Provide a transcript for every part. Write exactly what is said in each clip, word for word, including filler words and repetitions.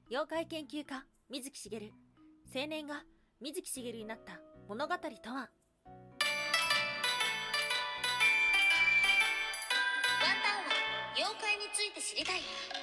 妖怪研究家水木しげる、青年が水木しげるになった物語とは。ワンタンは妖怪について知りたい。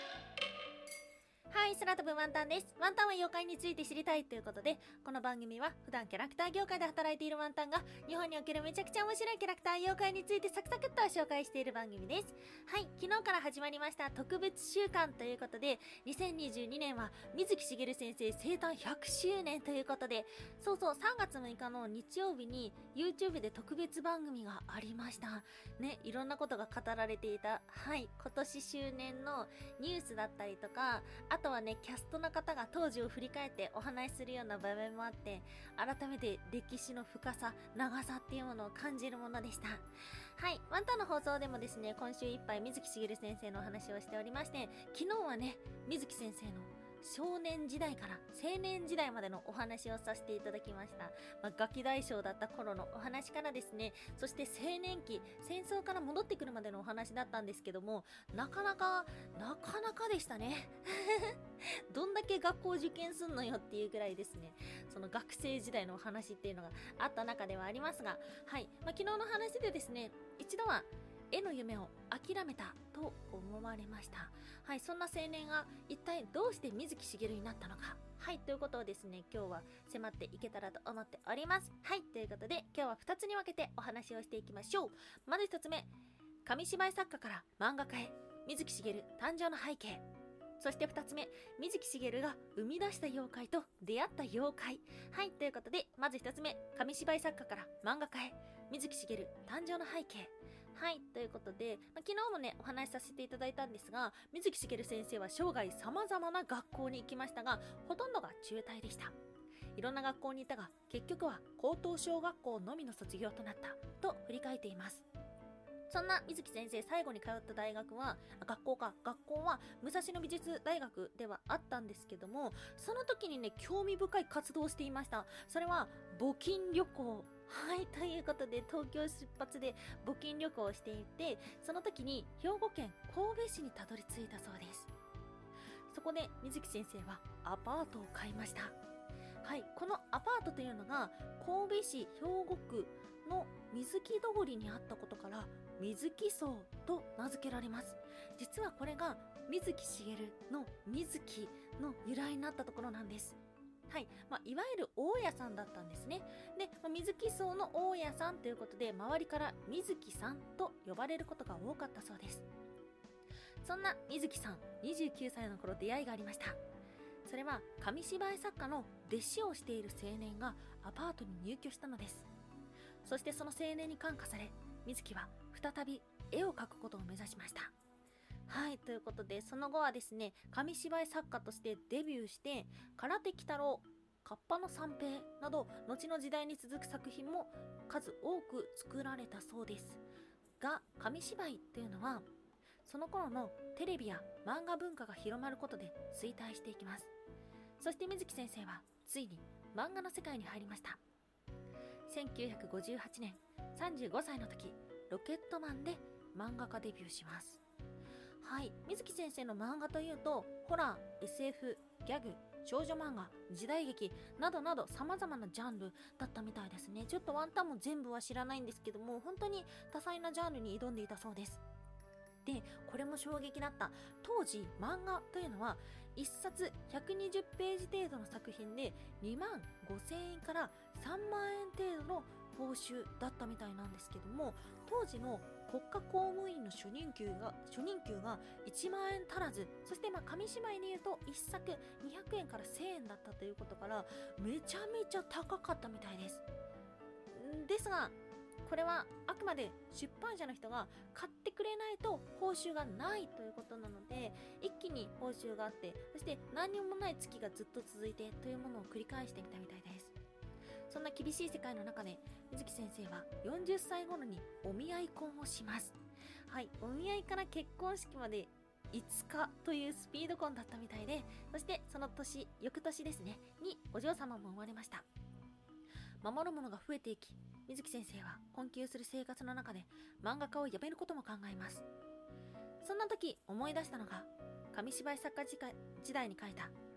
はい、空飛ぶワンタンです。ワンタンは妖怪について知りたいということで、この番組は普段キャラクター業界で働いているワンタンが日本におけるめちゃくちゃ面白いキャラクター妖怪についてサクサクっと紹介している番組です。はい、昨日から始まりました特別週間ということで、にせんにじゅうにねんは水木しげる先生生誕ひゃくしゅうねんということで、そうそう、さんがつむいかの日曜日に YouTube で特別番組がありましたね。いろんなことが語られていた、はい、今年周年のニュースだったりとか、あとはね、キャストの方が当時を振り返ってお話しするような場面もあって、改めて歴史の深さ、長さっていうものを感じるものでした。はい、ワンタンの放送でもですね、今週いっぱい水木しげる先生のお話をしておりまして、昨日はね、水木先生の少年時代から青年時代までのお話をさせていただきました。まあ、ガキ大将だった頃のお話からですね、そして青年期、戦争から戻ってくるまでのお話だったんですけども、なかなか、なかなかでしたね。どんだけ学校受験すんのよっていうぐらいですね、その学生時代のお話っていうのがあった中ではありますが、はい、まあ、昨日の話でですね、一度は絵の夢を諦めたと思われました。はい、そんな青年が一体どうして水木しげるになったのか。はい、ということをですね、今日は迫っていけたらと思っております。はい、ということで今日はふたつに分けてお話をしていきましょう。まずひとつめ、紙芝居作家から漫画家へ、水木しげる誕生の背景。そしてふたつめ、水木しげるが生み出した妖怪と出会った妖怪。はい、ということでまずひとつめ、紙芝居作家から漫画家へ、水木しげる誕生の背景。はい、ということで、まあ、昨日もねお話しさせていただいたんですが、水木しげる先生は生涯様々な学校に行きましたが、ほとんどが中退でした。いろんな学校にいたが、結局は高等小学校のみの卒業となったと振り返っています。そんな水木先生、最後に通った大学は、学校か、学校は武蔵野美術大学ではあったんですけども、その時にね、興味深い活動をしていました。それは募金旅行。はい、ということで東京出発で募金旅行をしていて、その時に兵庫県神戸市にたどり着いたそうです。そこで水木先生はアパートを買いました。はい、このアパートというのが神戸市兵庫区の水木通りにあったことから水木荘と名付けられます。実はこれが水木しげるの水木の由来になったところなんです。はい、まあ、いわゆる大家さんだったんですね。で、まあ、水木荘の大家さんということで、周りから水木さんと呼ばれることが多かったそうです。そんな水木さん、にじゅうきゅうさいの頃出会いがありました。それは紙芝居作家の弟子をしている青年がアパートに入居したのです。そしてその青年に感化され、水木は再び絵を描くことを目指しました。はい、ということでその後はですね、紙芝居作家としてデビューして、空手鬼太郎、カッパの三平など後の時代に続く作品も数多く作られたそうですが、紙芝居っていうのはその頃のテレビや漫画文化が広まることで衰退していきます。そして水木先生はついに漫画の世界に入りました。せんきゅうひゃくごじゅうはちねん、さんじゅうごさいの時、ロケットマンで漫画家デビューします。はい、水木先生の漫画というとホラー、エスエフ、ギャグ、少女漫画、時代劇などなど様々なジャンルだったみたいですね。ちょっとワンタンも全部は知らないんですけども、本当に多彩なジャンルに挑んでいたそうです。で、これも衝撃だった。当時漫画というのはいっさつひゃくにじゅうページ程度の作品でにまんごせんえんからさんまんえん程度の報酬だったみたいなんですけども、当時の国家公務員の初任給が初任給がいちまんえん足らず、そしてまあ紙芝居でいうといっさくにひゃくえんからせんえんだったということから、めちゃめちゃ高かったみたいです。ですがこれはあくまで出版社の人が買ってくれないと報酬がないということなので、一気に報酬があって、そして何にもない月がずっと続いてというものを繰り返してみたみたいです。そんな厳しい世界の中で水木先生はよんじゅっさい頃にお見合い婚をします。はい、お見合いから結婚式までいつかというスピード婚だったみたいで、そしてその年翌年ですねにお嬢様も生まれました。守るものが増えていき、水木先生は困窮する生活の中で漫画家を辞めることも考えます。そんな時思い出したのが紙芝居作家時代に書いた鬼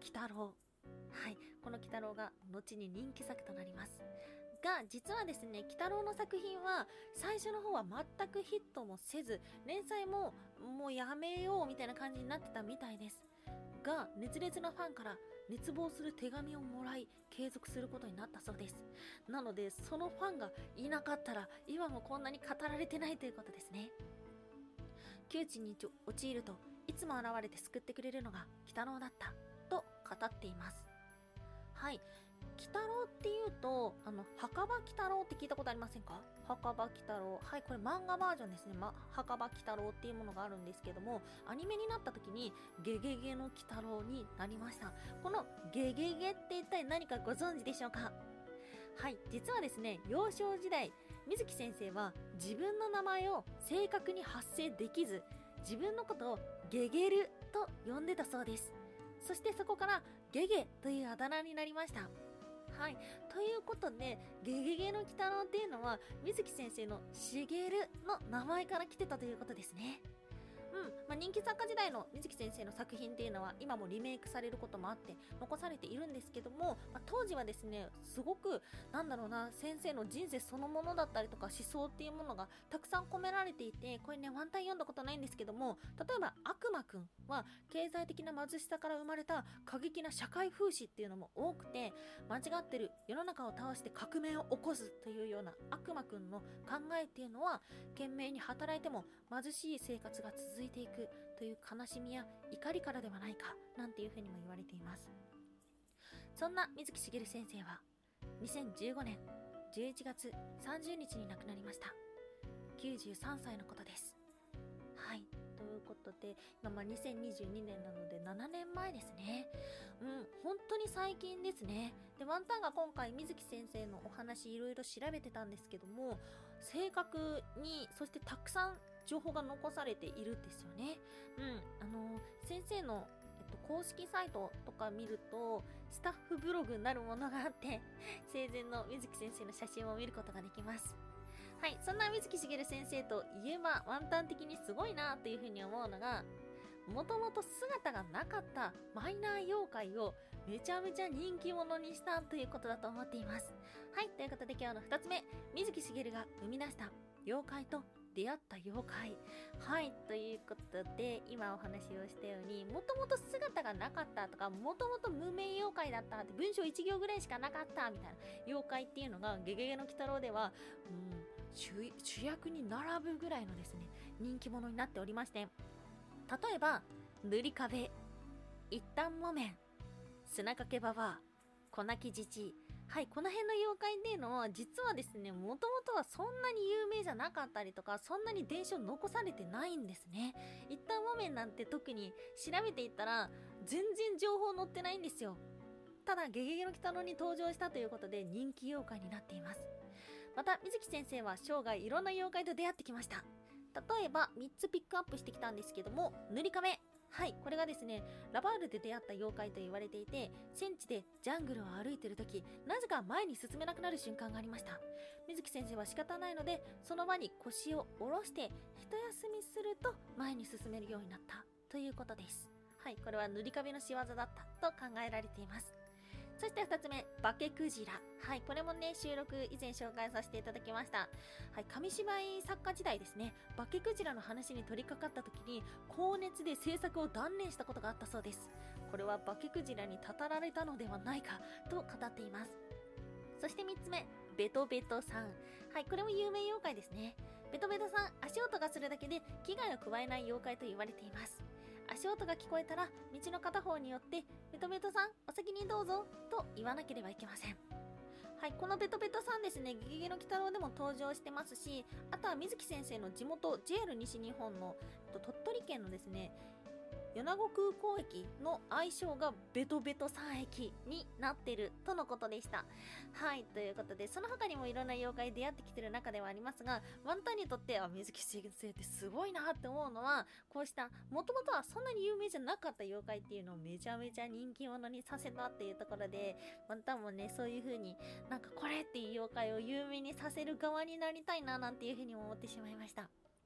鬼太郎。はい、この鬼太郎が後に人気作となりますが、実はですね、鬼太郎の作品は最初の方は全くヒットもせず、連載ももうやめようみたいな感じになってたみたいですが、熱烈なファンから熱望する手紙をもらい継続することになったそうです。なのでそのファンがいなかったら今もこんなに語られてないということですね。窮地に陥るといつも現れて救ってくれるのが鬼太郎だったと語っています。はい、鬼太郎っていうと、あの墓場鬼太郎って聞いたことありませんか？墓場鬼太郎、はい、これ漫画バージョンですね、ま、墓場鬼太郎っていうものがあるんですけども、アニメになった時にゲゲゲの鬼太郎になりました。このゲゲゲって一体何かご存知でしょうか？はい、実はですね、幼少時代水木先生は自分の名前を正確に発声できず、自分のことをゲゲルと呼んでたそうです。そしてそこからゲゲというあだ名になりました。はい、ということでゲゲゲの鬼太郎っていうのは水木先生のしげるの名前から来てたということですね。うん、まあ、人気作家時代の水木先生の作品っていうのは今もリメイクされることもあって残されているんですけども、まあ、当時はですね、すごくなんだろうな、先生の人生そのものだったりとか思想っていうものがたくさん込められていて、これねワンタン読んだことないんですけども、例えば悪魔くんは経済的な貧しさから生まれた過激な社会風刺っていうのも多くて、間違ってる世の中を倒して革命を起こすというような悪魔くんの考えっていうのは、懸命に働いても貧しい生活が続いていくという悲しみや怒りからではないかなんていうふうにも言われています。そんな水木しげる先生はにせんじゅうごねんじゅういちがつさんじゅうにちに亡くなりました。きゅうじゅうさんさいのことです。はい、ということで今まあにせんにじゅうにねんなのでななねんまえですね。うん、本当に最近ですね。でワンタンが今回水木先生のお話いろいろ調べてたんですけども、正確にそしてたくさん情報が残されているんですよね。うん、あの先生の、えっと、公式サイトとか見るとスタッフブログになるものがあって生前の水木先生の写真を見ることができます。はい、そんな水木しげる先生といえばワンタン的にすごいなというふうに思うのが、もともと姿がなかったマイナー妖怪をめちゃめちゃ人気者にしたということだと思っています。はい、ということで今日のふたつめ、水木しげるが生み出した妖怪と出会った妖怪。はい、ということで今お話をしたように、もともと姿がなかったとか、もともと無名妖怪だったって、文章いち行ぐらいしかなかったみたいな妖怪っていうのがゲゲゲの鬼太郎では、うん、主, 主役に並ぶぐらいのですね人気者になっておりまして、例えば塗り壁、一旦木綿、砂かけばばあ、粉木じじい、はい、この辺の妖怪っていうのは実はですね、もともとはそんなに有名じゃなかったりとか、そんなに伝承残されてないんですね。一旦木綿なんて特に調べていったら全然情報載ってないんですよ。ただゲゲゲの鬼太郎に登場したということで人気妖怪になっています。また水木先生は生涯いろんな妖怪と出会ってきました。例えばみっつピックアップしてきたんですけども、塗り壁、はい、これがですねラバールで出会った妖怪と言われていて、戦地でジャングルを歩いている時、なぜか前に進めなくなる瞬間がありました。水木先生は仕方ないのでその場に腰を下ろして一休みすると前に進めるようになったということです。はい、これは塗り壁の仕業だったと考えられています。そしてふたつめ、化けクジラ。はい、これもね収録以前紹介させていただきました。はい、紙芝居作家時代ですね、化けクジラの話に取り掛かった時に高熱で制作を断念したことがあったそうです。これは化けクジラにたたられたのではないかと語っています。そしてみっつめ、ベトベトさん。はい、これも有名妖怪ですね。ベトベトさん、足音がするだけで危害を加えない妖怪と言われています。足音が聞こえたら道の片方によってベトベトさんお先にどうぞと言わなければいけません。はい、このベトベトさんですね、ゲゲゲの鬼太郎でも登場してますし、あとは水木先生の地元 ジェイアール 西日本の鳥取県のですね米子空港駅の愛称がベトベトさん駅になってるとのことでした。はい、ということでその他にもいろんな妖怪出会ってきてる中ではありますが、ワンタンにとっては水木先生ってすごいなって思うのは、こうしたもともとはそんなに有名じゃなかった妖怪っていうのをめちゃめちゃ人気者にさせたっていうところで、ワンタンもねそういう風になんかこれっていう妖怪を有名にさせる側になりたいななんていう風に思ってしまいました。は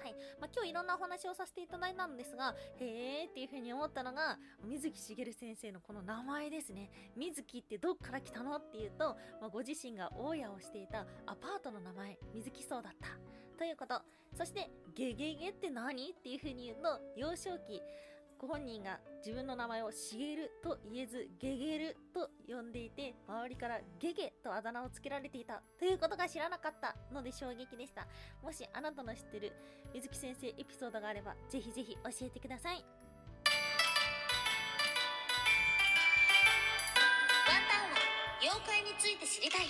はい。まあ、今日いろんなお話をさせていただいたんですが、へーっていう風に思ったのが、水木しげる先生のこの名前ですね。水木ってどっから来たのっていうと、まあ、ご自身が大家をしていたアパートの名前、水木荘だった。ということ。そして、ゲゲゲって何っていう風に言うと、幼少期、ご本人が自分の名前をしげると言えずゲゲルと呼んでいて、周りからゲゲとあだ名をつけられていたということが知らなかったので衝撃でした。もしあなたの知ってる水木先生エピソードがあればぜひぜひ教えてください。ワンタンは妖怪について知りたい。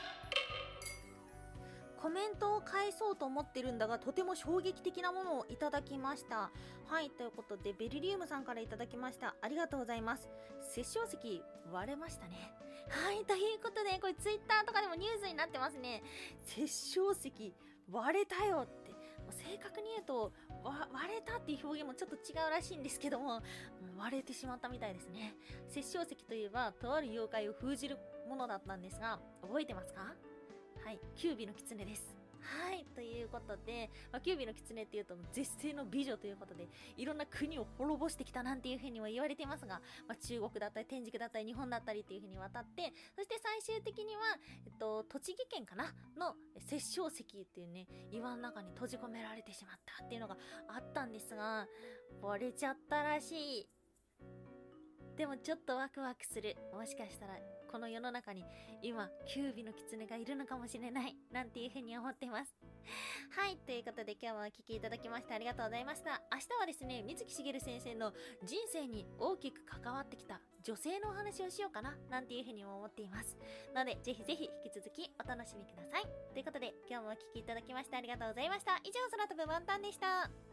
コメントを返そうと思ってるんだが、とても衝撃的なものをいただきました。はい、ということでベルリウムさんからいただきました。ありがとうございます。殺生石割れましたね。はい、ということでこれツイッターとかでもニュースになってますね。殺生石割れたよって、正確に言うと割れたっていう表現もちょっと違うらしいんですけども、割れてしまったみたいですね。殺生石といえばとある妖怪を封じるものだったんですが、覚えてますか？はい、キュービの狐です。はい、ということで、まあ、キュービの狐っていうと絶世の美女ということで、いろんな国を滅ぼしてきたなんていう風にも言われていますが、まあ、中国だったり天竺だったり日本だったりっていう風に渡って、そして最終的には、えっと、栃木県かなの殺生石っていうね、岩の中に閉じ込められてしまったっていうのがあったんですが、割れちゃったらしい。でもちょっとワクワクする。もしかしたらこの世の中に今キュービの狐がいるのかもしれないなんていう風に思っています。はい、ということで今日もお聞きいただきましてありがとうございました。明日はですね、水木しげる先生の人生に大きく関わってきた女性のお話をしようかななんていう風にも思っています。なのでぜひぜひ引き続きお楽しみください。ということで今日もお聞きいただきましてありがとうございました。以上、空飛ぶワンタンでした。